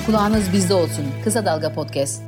Kulağınız bizde olsun. Kısa Dalga Podcast.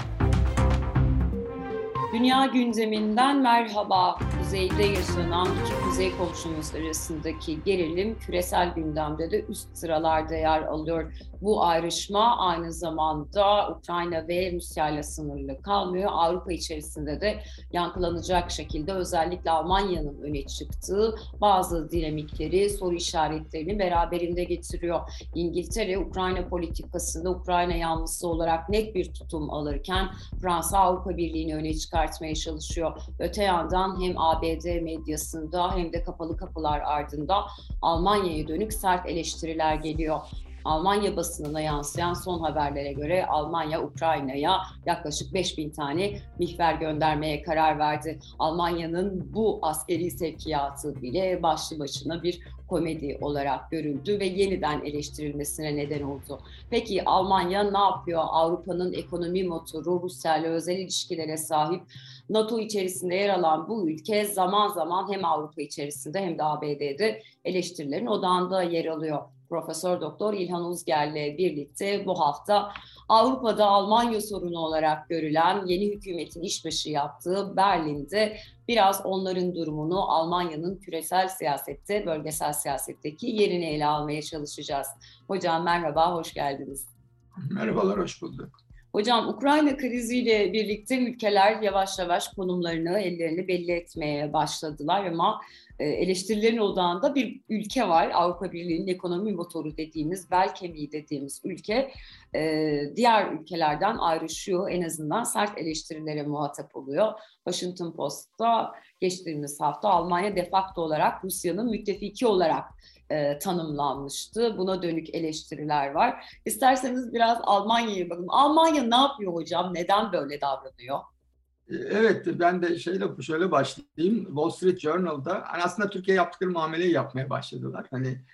Dünya gündeminden merhaba. Kuzeyde yaşanan iki kuzey komşumuz arasındaki gerilim küresel gündemde de üst sıralarda yer alıyor. Bu ayrışma aynı zamanda Ukrayna ve Rusya ile sınırlı kalmıyor. Avrupa içerisinde de yankılanacak şekilde özellikle Almanya'nın öne çıktığı bazı dinamikleri, soru işaretlerini beraberinde getiriyor. İngiltere, Ukrayna politikasında Ukrayna yanlısı olarak net bir tutum alırken Fransa Avrupa Birliği'ni öne çıkartmaya çalışıyor. Öte yandan hem ABD medyasında hem de kapalı kapılar ardında Almanya'ya dönük sert eleştiriler geliyor. Almanya basınına yansıyan son haberlere göre Almanya Ukrayna'ya yaklaşık 5.000 tane mihver göndermeye karar verdi. Almanya'nın bu askeri sevkiyatı bile başlı başına bir komedi olarak görüldü ve yeniden eleştirilmesine neden oldu. Peki Almanya ne yapıyor? Avrupa'nın ekonomi motoru, Rusya ile özel ilişkilere sahip, NATO içerisinde yer alan bu ülke zaman zaman hem Avrupa içerisinde hem de ABD'de eleştirilerin odağında yer alıyor. Profesör Doktor İlhan Uzger'le birlikte bu hafta Avrupa'da Almanya sorunu olarak görülen yeni hükümetin işbaşı yaptığı Berlin'de biraz onların durumunu, Almanya'nın küresel siyasette, bölgesel siyasetteki yerini ele almaya çalışacağız. Hocam merhaba, hoş geldiniz. Merhabalar, hoş bulduk. Hocam Ukrayna kriziyle birlikte ülkeler yavaş yavaş konumlarını, ellerini belli etmeye başladılar ama eleştirilerin odağında bir ülke var. Avrupa Birliği'nin ekonomi motoru dediğimiz, bel kemiği dediğimiz ülke diğer ülkelerden ayrışıyor. En azından sert eleştirilere muhatap oluyor. Washington Post'ta geçtiğimiz hafta Almanya de facto olarak Rusya'nın müttefiki olarak tanımlanmıştı. Buna dönük eleştiriler var. İsterseniz biraz Almanya'ya bakalım. Almanya ne yapıyor hocam? Neden böyle davranıyor? Evet, ben de şöyle başlayayım. Wall Street Journal'da aslında Türkiye yaptıkları muameleyi yapmaya başladılar.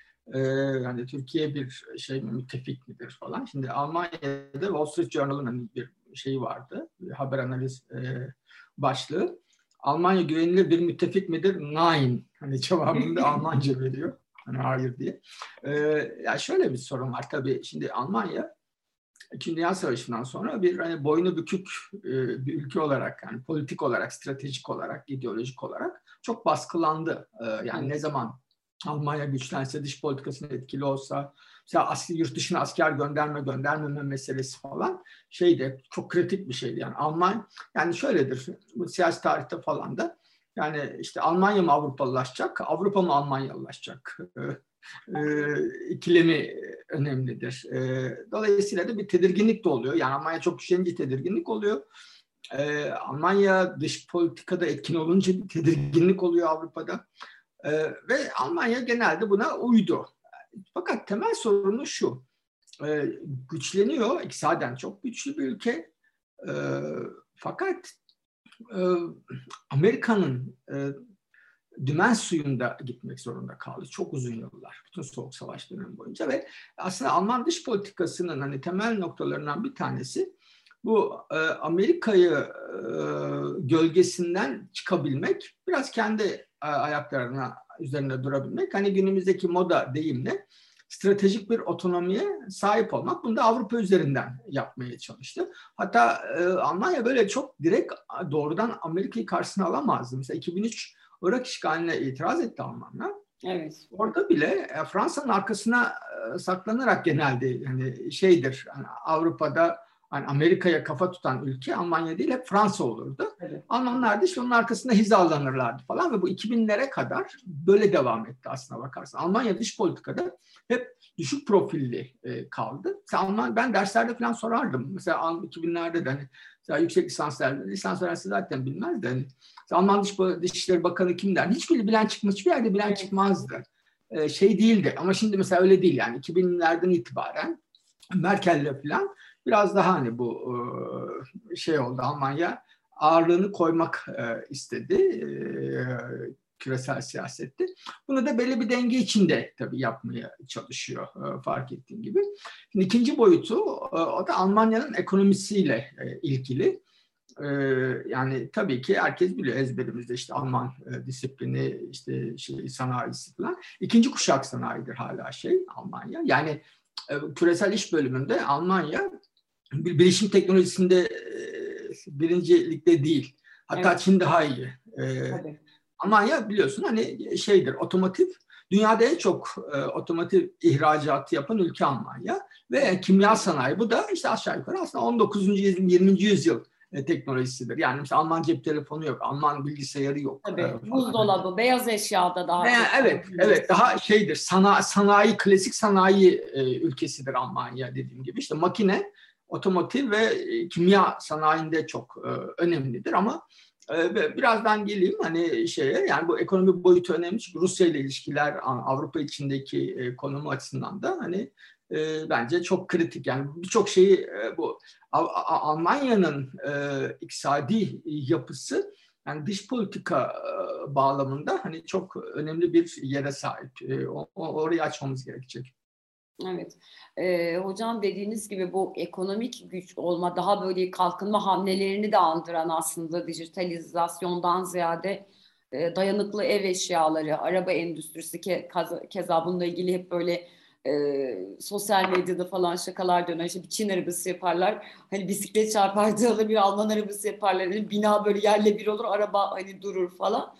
Hani Türkiye bir müttefik midir falan. Şimdi Almanya'da Wall Street Journal'ın bir şeyi vardı. Bir haber analiz başlığı. Almanya güvenilir bir müttefik midir? Nein. Hani cevabını da Almanca veriyor. Hani hayır diye. Ya şöyle bir sorun var tabii. Şimdi Almanya İkinci Dünya Savaşı'ndan sonra bir boynu bükük bir ülke olarak, yani politik olarak, stratejik olarak, ideolojik olarak çok baskılandı. Yani ne zaman Almanya güçlense, dış politikasının etkili olsa, mesela yurt dışına asker göndermeme meselesi falan çok kritik bir şeydi. Yani şöyledir, bu siyasi tarihte falan da yani işte Almanya mı Avrupalılaşacak, Avrupa mı Almanyalılaşacak? İkilemi önemlidir. Dolayısıyla da bir tedirginlik de oluyor. Yani Almanya çok güçlenince tedirginlik oluyor. Almanya dış politikada etkin olunca bir tedirginlik oluyor Avrupa'da. Ve Almanya genelde buna uydu. Fakat temel sorunu şu. Güçleniyor. İktisaden çok güçlü bir ülke. Fakat Amerika'nın dümen suyunda gitmek zorunda kaldı. Çok uzun yıllar. Bütün Soğuk Savaş dönemi boyunca ve aslında Alman dış politikasının hani temel noktalarından bir tanesi bu Amerika'yı gölgesinden çıkabilmek, biraz kendi ayaklarına üzerinde durabilmek. Hani günümüzdeki moda deyimle stratejik bir otonomiye sahip olmak. Bunu da Avrupa üzerinden yapmaya çalıştı. Hatta Almanya böyle çok direkt doğrudan Amerika'yı karşısına alamazdı. Mesela 2003 Irak işgaline itiraz etti Almanlar. Evet. Orada bile Fransa'nın arkasına saklanarak genelde yani Avrupa'da hani Amerika'ya kafa tutan ülke Almanya değil, hep Fransa olurdu. Evet. Almanlar da işte onun arkasında hizalanırlardı falan ve bu 2000'lere kadar böyle devam etti aslına bakarsan. Almanya dış politikada hep düşük profilli kaldı. Ben derslerde falan sorardım. Mesela 2000'lerde de hani yüksek lisans öğrencisi zaten bilmez de hani Alman Dışişleri Bakanı kim der? Hiçbiri bilen çıkmaz. Hiçbir yerde bilen çıkmazdı. Değildi. Ama şimdi mesela öyle değil yani. 2000'lerden itibaren Merkel'le falan biraz daha hani bu oldu. Almanya ağırlığını koymak istedi küresel siyasette. Bunu da belli bir denge içinde tabii yapmaya çalışıyor fark ettiğim gibi. Şimdi ikinci boyutu o da Almanya'nın ekonomisiyle ilgili. Yani tabii ki herkes biliyor ezberimizde işte Alman disiplini, işte sanayisi falan. İkinci kuşak sanayidir hala Almanya. Yani küresel iş bölümünde Almanya bilişim teknolojisinde birincilikte değil. Hatta evet. Çin daha iyi. Almanya biliyorsun hani şeydir, otomotiv. Dünyada en çok otomotiv ihracatı yapan ülke Almanya ve kimya sanayi. Bu da işte aşağı yukarı aslında 19. 20. yüzyıl teknolojisidir. Yani mesela Alman cep telefonu yok, Alman bilgisayarı yok. Tabii, buzdolabı, beyaz eşyada daha çok. Evet, daha şeydir, sanayi, klasik sanayi ülkesidir Almanya dediğim gibi. İşte makine, otomotiv ve kimya sanayinde çok önemlidir ama birazdan geleyim hani şeye, yani bu ekonomi boyutu önemli çünkü Rusya ile ilişkiler Avrupa içindeki konumu açısından da hani bence çok kritik. Yani birçok şeyi bu Almanya'nın iktisadi yapısı yani dış politika bağlamında hani çok önemli bir yere sahip. Orayı açmamız gerekecek. Evet. Hocam dediğiniz gibi bu ekonomik güç olma, daha böyle kalkınma hamlelerini de andıran aslında dijitalizasyondan ziyade dayanıklı ev eşyaları, araba endüstrisi keza bununla ilgili hep böyle sosyal medyada falan şakalar döner. İşte bir Çin arabası yaparlar. Hani bisiklet çarpardığı bir Alman arabası yaparlar. Yani bina böyle yerle bir olur, araba hani durur falan.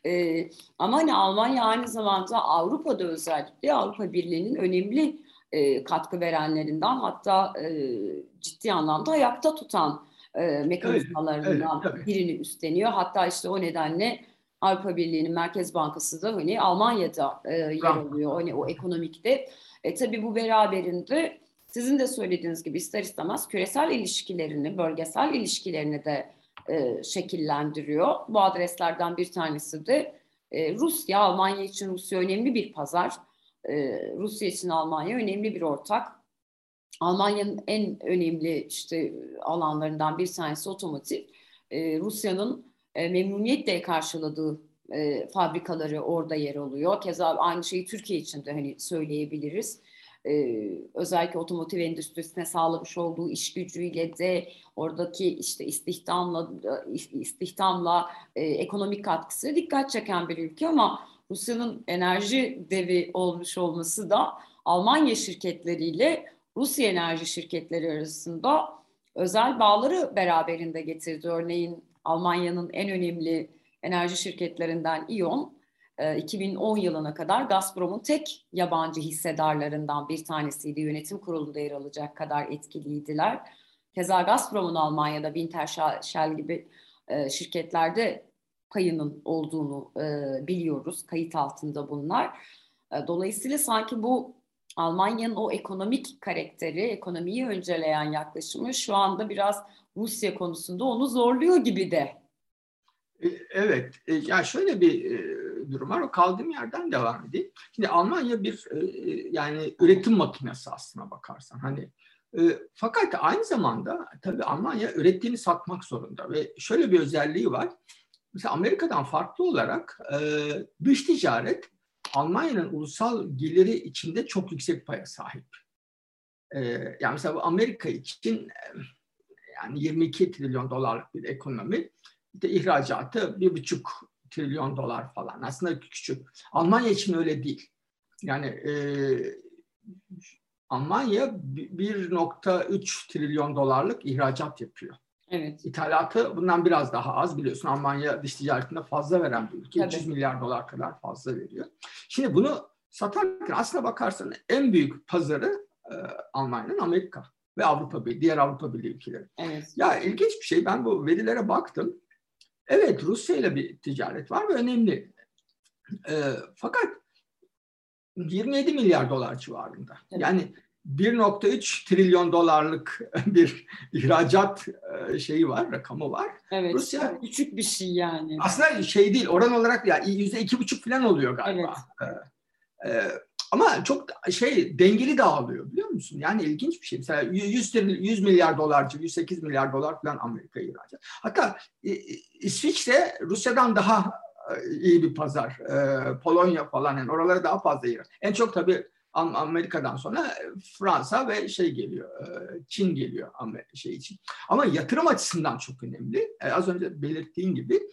Ama hani Almanya aynı zamanda Avrupa'da özellikle Avrupa Birliği'nin önemli katkı verenlerinden, hatta ciddi anlamda ayakta tutan mekanizmalarından birini üstleniyor. Hatta işte o nedenle Avrupa Birliği'nin Merkez Bankası da hani Almanya'da yer alıyor hani o ekonomikte. Tabii bu beraberinde sizin de söylediğiniz gibi ister istemez küresel ilişkilerini, bölgesel ilişkilerini de şekillendiriyor. Bu adreslerden bir tanesi de Rusya. Almanya için Rusya önemli bir pazar. Rusya için Almanya önemli bir ortak. Almanya'nın en önemli işte alanlarından bir tanesi otomotiv. Rusya'nın memnuniyetle karşıladığı fabrikaları orada yer alıyor. Keza aynı şeyi Türkiye için de hani söyleyebiliriz. Özellikle otomotiv endüstrisine sağlamış olduğu iş gücüyle de oradaki işte istihdamla ekonomik katkısı dikkat çeken bir ülke ama Rusya'nın enerji devi olmuş olması da Almanya şirketleriyle Rusya enerji şirketleri arasında özel bağları beraberinde getirdi. Örneğin Almanya'nın en önemli enerji şirketlerinden E.ON 2010 yılına kadar Gazprom'un tek yabancı hissedarlarından bir tanesiydi. Yönetim kurulunda yer alacak kadar etkiliydiler. Keza Gazprom'un Almanya'da Wintershall gibi şirketlerde payının olduğunu biliyoruz. Kayıt altında bunlar. Dolayısıyla sanki bu Almanya'nın o ekonomik karakteri, ekonomiyi önceleyen yaklaşımı şu anda biraz Rusya konusunda onu zorluyor gibi de. Evet, ya şöyle bir durum var. O kaldığım yerden devam edeyim. Şimdi Almanya bir yani üretim makinesi aslına bakarsan. Hani fakat aynı zamanda tabii Almanya ürettiğini satmak zorunda ve şöyle bir özelliği var. Mesela Amerika'dan farklı olarak dış ticaret Almanya'nın ulusal geliri içinde çok yüksek paya sahip. Yani mesela Amerika için yani 22 trilyon dolarlık bir ekonomi, işte ihracatı 1,5 trilyon dolar falan. Aslında küçük. Almanya için öyle değil. Yani Almanya 1,3 trilyon dolarlık ihracat yapıyor. Evet. İthalatı bundan biraz daha az, biliyorsun. Almanya dış ticaretinde fazla veren bir ülke. Tabii. 300 milyar dolar kadar fazla veriyor. Şimdi bunu satarken aslına bakarsan en büyük pazarı Almanya'nın Amerika ve Avrupa Birliği, diğer Avrupa Birliği ülkeleri. Evet. Ya ilginç bir şey. Ben bu verilere baktım. Evet, Rusya ile bir ticaret var ve önemli. Fakat 27 milyar dolar civarında. Evet. Yani 1,3 trilyon dolarlık bir ihracat şeyi var, rakamı var. Evet, Rusya küçük bir şey yani. Aslında şey değil, oran olarak ya %2,5 falan oluyor galiba. Evet. Ama çok dengeli dağılıyor, biliyor musun? Yani ilginç bir şey. Mesela 100 milyar dolarcı, 108 milyar dolar falan Amerika'ya ihracat. Hatta İsviçre Rusya'dan daha iyi bir pazar. Polonya falan, yani oralara daha fazla ihracat. En çok tabii Amerika'dan sonra Fransa ve geliyor, Çin geliyor için. Ama yatırım açısından çok önemli. Az önce belirttiğim gibi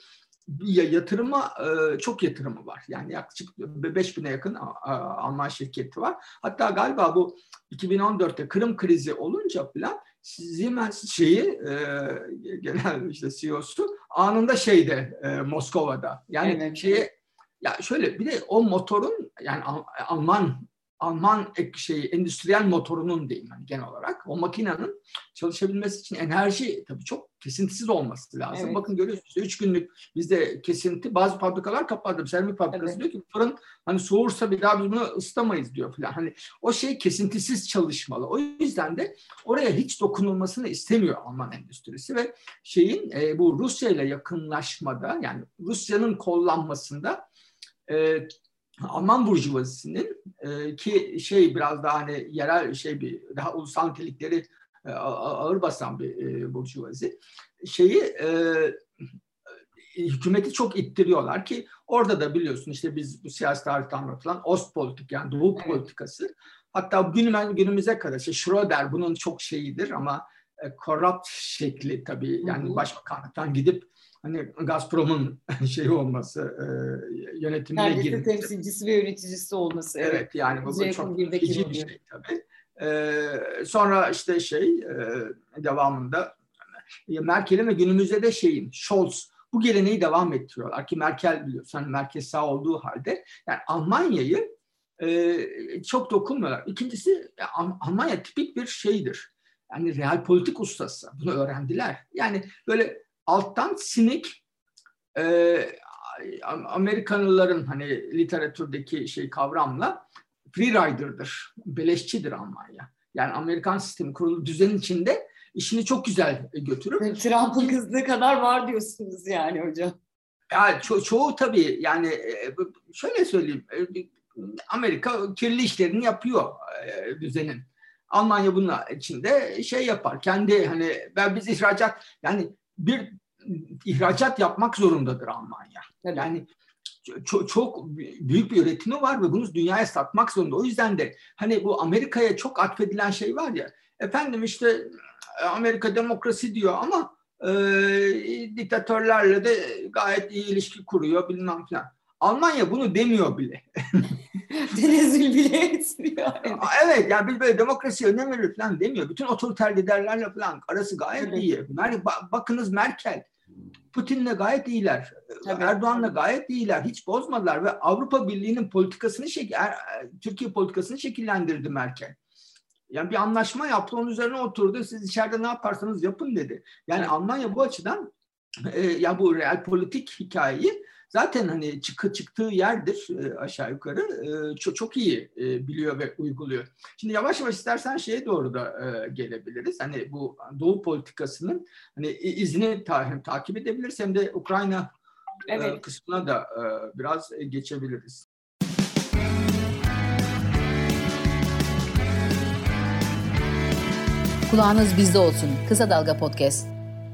yatırıma çok yatırımı var. Yani yaklaşık 5.000'e yakın Alman şirketi var. Hatta galiba bu 2014'te Kırım krizi olunca falan Siemens genel işte CEO'su anında Moskova'da. Yani evet. ya şöyle bir de o motorun yani Alman endüstriyel motorunun diyeyim yani genel olarak o makinenin çalışabilmesi için enerji tabii çok kesintisiz olması lazım. Evet. Bakın görüyorsunuz 3 günlük bizde kesinti, bazı fabrikalar kapadı. Seramik fabrikası diyor ki fırın hani soğursa bir daha biz bunu ısıtamayız diyor falan. Hani o kesintisiz çalışmalı. O yüzden de oraya hiç dokunulmasını istemiyor Alman endüstrisi ve bu Rusya ile yakınlaşmada yani Rusya'nın kollanmasında Alman burjuvazisinin ki biraz daha hani yerel daha ulusal nitelikleri ağır basan bir burjuvazi hükümeti çok ittiriyorlar ki orada da biliyorsun işte biz bu siyasi tarihten anlatılan Ostpolitik yani Doğu politikası hatta günümüze kadar Schröder bunun çok şeyidir ama corrupt şekli tabii yani başbakanlıktan gidip hani Gazprom'un olması yönetimine Kendisi girmesi. temsilcisi ve yöneticisi olması. Evet yani bu çok feci bir şey tabii. Sonra işte devamında Merkel'in ve günümüzde de Scholz bu geleneği devam ettiriyorlar ki Merkel biliyorsun merkez sağ olduğu halde yani Almanya'yı çok dokunmuyorlar. İkincisi Almanya tipik bir yani real politik ustası. Bunu öğrendiler. Yani böyle alttan sinik Amerikalıların hani literatürdeki kavramla free rider'dır. Beleşçidir Almanya. Yani Amerikan sistemi kurulu düzenin içinde işini çok güzel götürür. Trump'ın kızdığı kadar var diyorsunuz yani hocam. Yani çoğu tabii yani şöyle söyleyeyim Amerika kirli işlerini yapıyor düzenin. Almanya bunun içinde yapar. Kendi biz ihracat yani bir ihracat yapmak zorundadır Almanya. Evet. Yani çok büyük bir üretimi var ve bunu dünyaya satmak zorunda. O yüzden de bu Amerika'ya çok atfedilen var ya efendim işte Amerika demokrasi diyor ama diktatörlerle de gayet iyi ilişki kuruyor bilmem falan. Almanya bunu demiyor bile. Tenezzül bile etmiyor. Evet yani biz böyle demokrasiye önem veriyor falan demiyor. Bütün otoriter liderlerle falan arası gayet iyi. Bakınız Merkel, Putin'le gayet iyiler. Erdoğan'la gayet iyiler. Hiç bozmadılar ve Avrupa Birliği'nin politikasını Türkiye politikasını şekillendirdi Merkel. Yani bir anlaşma yaptı, onun üzerine oturdu. Siz içeride ne yaparsanız yapın dedi. Yani Almanya bu açıdan ya bu real politik hikayeyi zaten çıktığı yerdir aşağı yukarı çok iyi biliyor ve uyguluyor. Şimdi yavaş yavaş istersen doğru da gelebiliriz. Bu Doğu politikasının izini takip edebiliriz hem de Ukrayna kısmına da biraz geçebiliriz. Kulağınız bizde olsun. Kısa Dalga Podcast.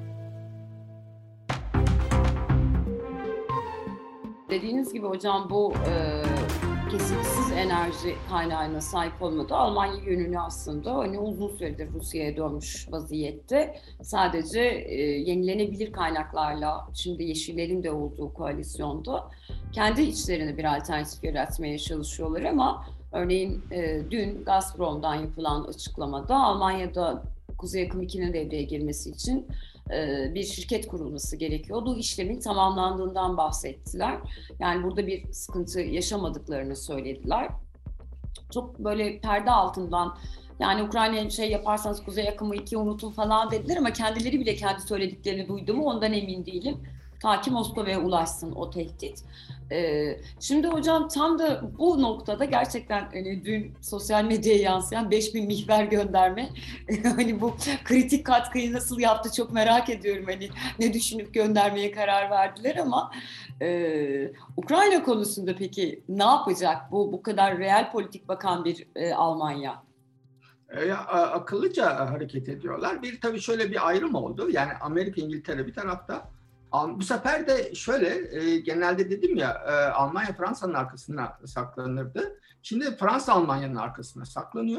Dediğiniz gibi hocam bu kesintisiz enerji kaynağına sahip olmadı. Almanya yönünü aslında uzun süredir Rusya'ya dönmüş vaziyette. Sadece yenilenebilir kaynaklarla şimdi Yeşillerin de olduğu koalisyonda kendi içlerine bir alternatif yaratmaya çalışıyorlar ama örneğin dün Gazprom'dan yapılan açıklamada Almanya'da Kuzey Akım 2'nin devreye girmesi için bir şirket kurulması gerekiyordu. İşlemin tamamlandığından bahsettiler. Yani burada bir sıkıntı yaşamadıklarını söylediler. Çok böyle perde altından yani Ukrayna'ya yaparsanız Kuzey Akımı 2'yi unutun falan dediler ama kendileri bile kendi söylediklerini duydu mu ondan emin değilim. Ta ki Moskova'ya ulaşsın o tehdit. Şimdi hocam tam da bu noktada gerçekten dün sosyal medyaya yansıyan 5.000 mihver gönderme bu kritik katkıyı nasıl yaptı çok merak ediyorum. Ne düşünüp göndermeye karar verdiler ama Ukrayna konusunda peki ne yapacak bu kadar real politik bakan bir Almanya? Akıllıca hareket ediyorlar. Bir tabii şöyle bir ayrım oldu. Yani Amerika, İngiltere bir tarafta. Bu sefer de genelde dedim ya Almanya Fransa'nın arkasına saklanırdı. Şimdi Fransa Almanya'nın arkasına saklanıyor.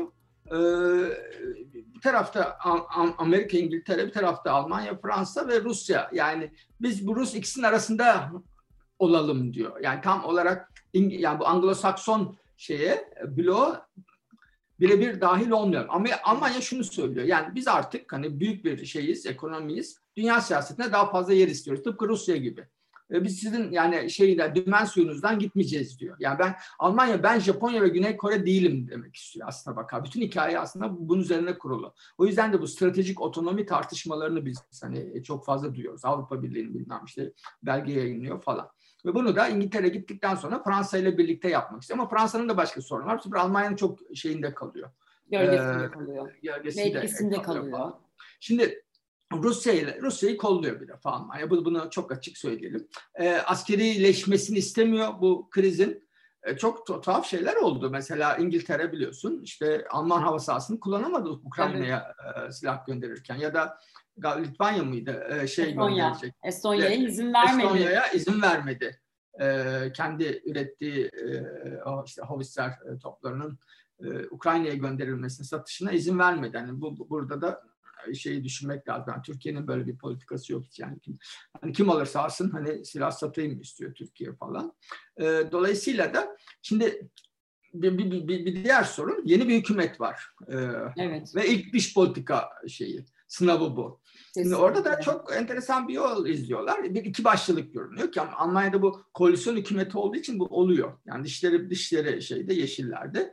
Bir tarafta Amerika, İngiltere, bir tarafta Almanya, Fransa ve Rusya. Yani biz bu Rus ikisinin arasında olalım diyor. Yani tam olarak yani bu Anglo-Sakson bloğa birebir dahil olmuyor. Ama Almanya şunu söylüyor. Yani biz artık hani büyük bir ekonomiyiz. Dünya siyasetine daha fazla yer istiyoruz. Tıpkı Rusya gibi. Biz sizin yani dümen suyunuzdan gitmeyeceğiz diyor. Yani ben Japonya ve Güney Kore değilim demek istiyor aslında bakar. Bütün hikaye aslında bunun üzerine kurulu. O yüzden de bu stratejik otonomi tartışmalarını biz hani çok fazla duyuyoruz. Avrupa Birliği'nin bilmem belge yayınlıyor falan. Ve bunu da İngiltere gittikten sonra Fransa ile birlikte yapmak istiyor. Ama Fransa'nın da başka sorunu var. Çünkü Almanya'nın çok kalıyor. Gölgesinde kalıyor. Gölgesinde kalıyor. Şimdi Rusya'yı kolluyor bir defa Almanya. Bunu çok açık söyleyelim. Askerileşmesini istemiyor bu krizin. Çok tuhaf şeyler oldu. Mesela İngiltere biliyorsun Alman hava sahasını kullanamadı Ukrayna'ya silah gönderirken. Ya da Litvanya mıydı? Gönderecek. Estonya'ya izin vermedi. Estonya'ya izin vermedi. Kendi ürettiği Howitzer toplarının Ukrayna'ya gönderilmesine, satışına izin vermedi. Yani burada da düşünmek lazım. Yani Türkiye'nin böyle bir politikası yok hiç. Yani kim alırsa alsın hani silah satayım istiyor Türkiye falan. Dolayısıyla da şimdi bir diğer sorun, yeni bir hükümet var. Evet. Ve ilk dış politika sınavı bu. Şimdi orada da çok enteresan bir yol izliyorlar. İki başlılık görünüyor ki Almanya'da bu koalisyon hükümeti olduğu için bu oluyor. Yani dışları Yeşiller'de.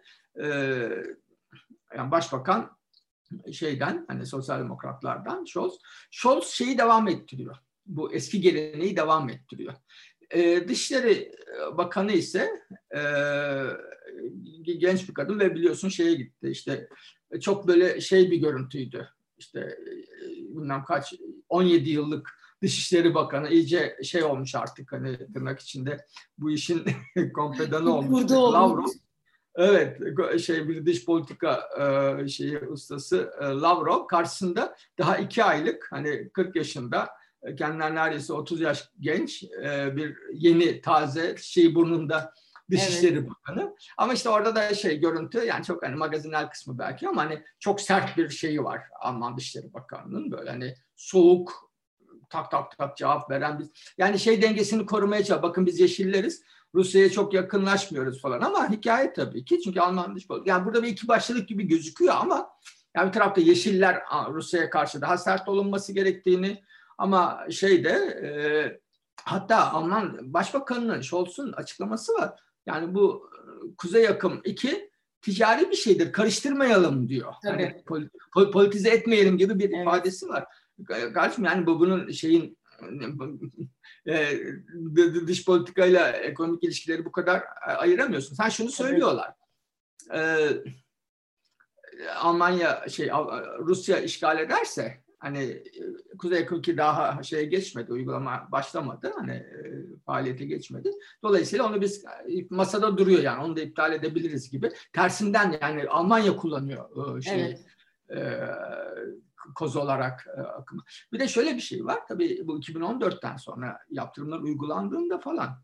Yani başbakan hani sosyal demokratlardan Scholz devam ettiriyor. Bu eski geleneği devam ettiriyor. Dışişleri Bakanı ise genç bir kadın ve biliyorsun gitti. Çok böyle bir görüntüydü. Bilmem kaç 17 yıllık Dışişleri Bakanı iyice olmuş artık hani tırnak içinde bu işin kompedanı olmuş. Lavrov. Evet, bir dış politika ustası Lavrov karşısında daha 2 aylık hani 40 yaşında kendinden neredeyse 30 yaş genç bir yeni taze burnunda Dışişleri Bakanı. Ama orada da görüntü yani çok hani magazinel kısmı belki ama hani çok sert bir var Alman Dışişleri Bakanı'nın böyle hani soğuk tak tak tak cevap veren yani dengesini korumaya çalışıyor. Bakın biz Yeşilleriz. Rusya'ya çok yakınlaşmıyoruz falan ama hikaye tabii ki çünkü Alman dış politika. Yani burada bir iki başlılık gibi gözüküyor ama yani bir tarafta Yeşiller Rusya'ya karşı daha sert olunması gerektiğini ama hatta Alman Başbakanı'nın Scholz'un açıklaması var. Yani bu Kuzey Akım 2 ticari bir şeydir. Karıştırmayalım diyor. Yani politize etmeyelim gibi bir ifadesi var. Kardeşim yani bunun dış politikayla ekonomik ilişkileri bu kadar ayıramıyorsun. Sen şunu söylüyorlar. Almanya Rusya işgal ederse hani Kuzey Akım 2 daha geçmedi, uygulama başlamadı. Hani faaliyete geçmedi. Dolayısıyla onu biz masada duruyor yani onu da iptal edebiliriz gibi. Tersinden yani Almanya kullanıyor koz olarak akımı. Bir de şöyle bir şey var. Tabii bu 2014'ten sonra yaptırımlar uygulandığında falan.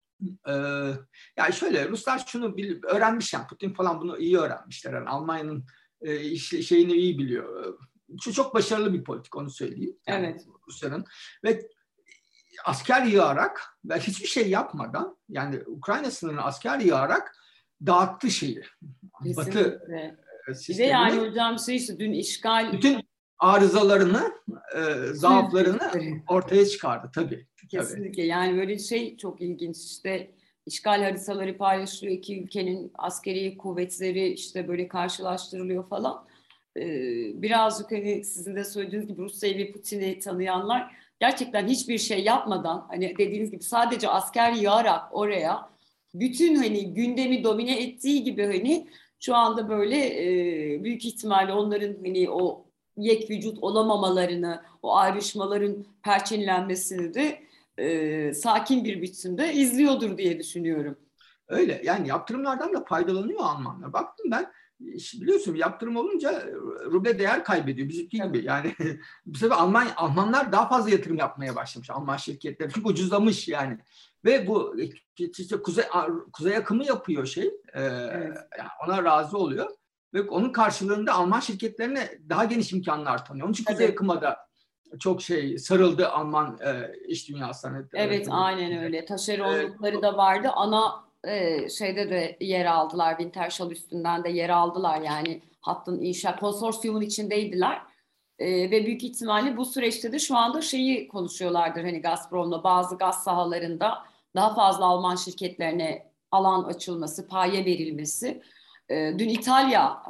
Yani Ruslar şunu öğrenmiş yani Putin falan bunu iyi öğrenmişler. Yani Almanya'nın iyi biliyor. Çok başarılı bir politik onu söyleyeyim. Yani Rusya'nın ve asker yığarak ve hiçbir şey yapmadan yani Ukrayna sınırına asker yığarak dağıttı Batı sistemini. Bir de yani hocam dün işgal bütün arızalarını, zaaflarını ortaya çıkardı tabii. Kesinlikle. Tabii. Yani böyle çok ilginç işgal haritaları paylaşılıyor. İki ülkenin askeri kuvvetleri böyle karşılaştırılıyor falan. Birazcık hani sizin de söylediğiniz gibi Rusya'yı ve Putin'i tanıyanlar gerçekten hiçbir şey yapmadan hani dediğiniz gibi sadece asker yığarak oraya bütün hani gündemi domine ettiği gibi hani şu anda böyle büyük ihtimalle onların hani o yek vücut olamamalarını, o ayrışmaların perçinlenmesini de sakin bir biçimde izliyordur diye düşünüyorum. Öyle yani yaptırımlardan da faydalanıyor Almanlar. Baktım ben biliyorsun yaptırım olunca ruble değer kaybediyor bizimki gibi. Yani bu sefer Almanlar daha fazla yatırım yapmaya başlamış Alman şirketleri. Çünkü ucuzlamış yani. Ve bu Kuzey Akımı yapıyor yani ona razı oluyor. ve onun karşılığında Alman şirketlerine daha geniş imkanlar tanıyor. Onun için Kuzey Akım'a da çok sarıldı Alman iş dünyasına. Evet, aynen öyle. Taşeronlukları da vardı. Ana şeyde de yer aldılar. Wintershall üstünden de yer aldılar. Yani hattın inşa konsorsiyumun içindeydiler. Ve büyük ihtimalle bu süreçte de şu anda şeyi konuşuyorlardır. Hani Gazprom'la bazı gaz sahalarında daha fazla Alman şirketlerine alan açılması, paye verilmesi. Dün İtalya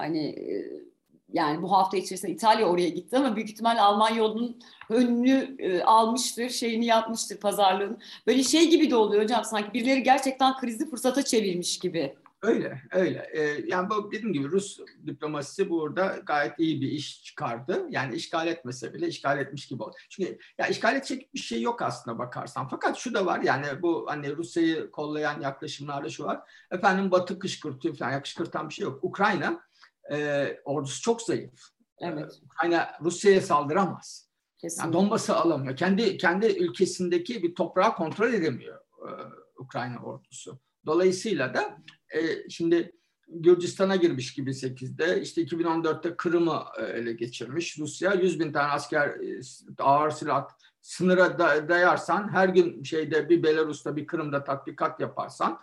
yani bu hafta içerisinde İtalya oraya gitti ama büyük ihtimalle Almanya onun önünü almıştır, şeyini yapmıştır, pazarlığını. Böyle şey gibi de oluyor hocam, sanki birileri gerçekten krizi fırsata çevirmiş gibi. Öyle. Yani bu dediğim gibi Rus diplomasisi burada gayet iyi bir iş çıkardı. Yani işgal etmese bile işgal etmiş gibi oldu. Çünkü ya işgal edecek bir şey yok aslında bakarsan. Fakat şu da var, yani bu hani Rusya'yı kollayan yaklaşımlarda şu var. Efendim Batı kışkırtıyor falan, ya kışkırtan bir şey yok. Ukrayna ordusu çok zayıf. Evet. Ukrayna Rusya'ya saldıramaz. Kesinlikle. Yani Donbas'ı alamıyor. Kendi ülkesindeki bir toprağı kontrol edemiyor Ukrayna ordusu. Dolayısıyla da şimdi Gürcistan'a girmiş gibi 8'de, işte 2014'te Kırım'ı ele geçirmiş Rusya. 100.000 tane asker, ağır silah sınıra dayarsan, her gün bir Belarus'ta bir Kırım'da tatbikat yaparsan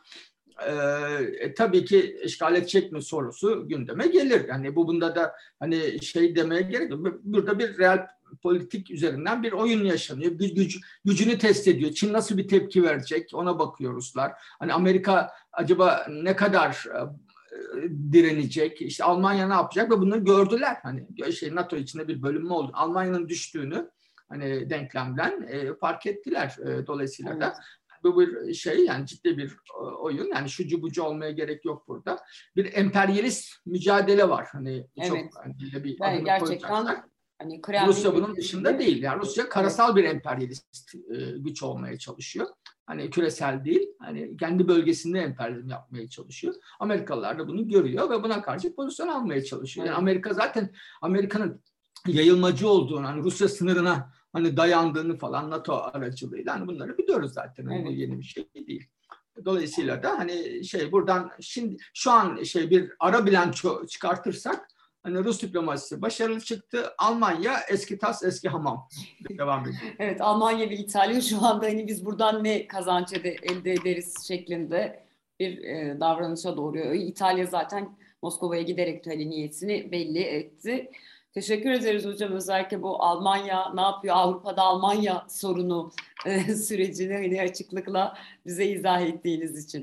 tabii ki işgal edecek mi sorusu gündeme gelir. Yani bunda da hani demeye gerek yok. Burada bir real politik üzerinden bir oyun yaşanıyor. Gücünü test ediyor. Çin nasıl bir tepki verecek? Ona bakıyor Ruslar. Hani Amerika acaba ne kadar direnecek? İşte Almanya ne yapacak? Ve bunu gördüler. Hani NATO içinde bir bölünme oldu. Almanya'nın düştüğünü hani denklemden fark ettiler. Dolayısıyla da bu bir yani ciddi bir oyun. Yani şucu bucu olmaya gerek yok burada. Bir emperyalist mücadele var. Hani çok bir gerçekten hani Rusya bunun dışında değil. Yani Rusya karasal bir emperyalist güç olmaya çalışıyor. Hani küresel değil. Hani kendi bölgesinde emperyalizm yapmaya çalışıyor. Amerikalılar da bunu görüyor ve buna karşı pozisyon almaya çalışıyor. Yani Amerika zaten Amerika'nın yayılmacı olduğunu, hani Rusya sınırına hani dayandığını falan NATO aracılığıyla hani bunları biliyoruz zaten. Evet. Bu yeni bir şey değil. Dolayısıyla da hani buradan şimdi şu an bir ara bilanço çıkartırsak hani Rus diplomasisi başarılı çıktı. Almanya eski tas eski hamam. Devam ediyor. Evet, Almanya ve İtalya şu anda hani biz buradan ne kazanç elde ederiz şeklinde bir davranışa doğru. İtalya zaten Moskova'ya giderek hani niyetini belli etti. Teşekkür ederiz hocam. Özellikle bu Almanya ne yapıyor, Avrupa'da Almanya sorunu sürecini açıklıkla bize izah ettiğiniz için.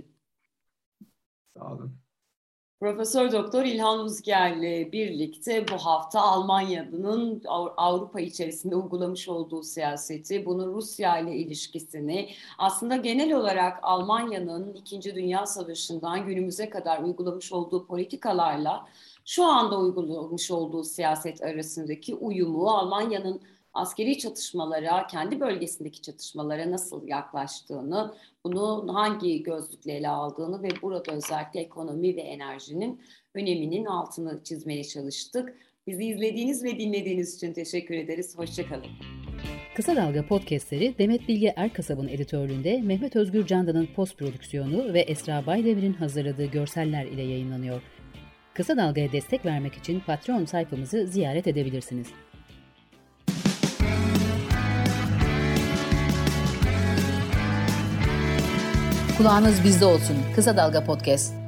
Sağ olun. Profesör Doktor İlhan Uzger'le birlikte bu hafta Almanya'nın Avrupa içerisinde uygulamış olduğu siyaseti, bunun Rusya ile ilişkisini, aslında genel olarak Almanya'nın 2. Dünya Savaşı'ndan günümüze kadar uygulamış olduğu politikalarla şu anda uygulamış olduğu siyaset arasındaki uyumu, Almanya'nın askeri çatışmalara, kendi bölgesindeki çatışmalara nasıl yaklaştığını, bunu hangi gözlükle ele aldığını ve burada özellikle ekonomi ve enerjinin öneminin altını çizmeye çalıştık. Bizi izlediğiniz ve dinlediğiniz için teşekkür ederiz. Hoşçakalın. Kısa Dalga podcastleri Demet Bilge Erkasab'ın editörlüğünde Mehmet Özgür Candan'ın post prodüksiyonu ve Esra Baydemir'in hazırladığı görseller ile yayınlanıyor. Kısa Dalga'ya destek vermek için Patreon sayfamızı ziyaret edebilirsiniz. Kulağınız bizde olsun. Kısa Dalga Podcast.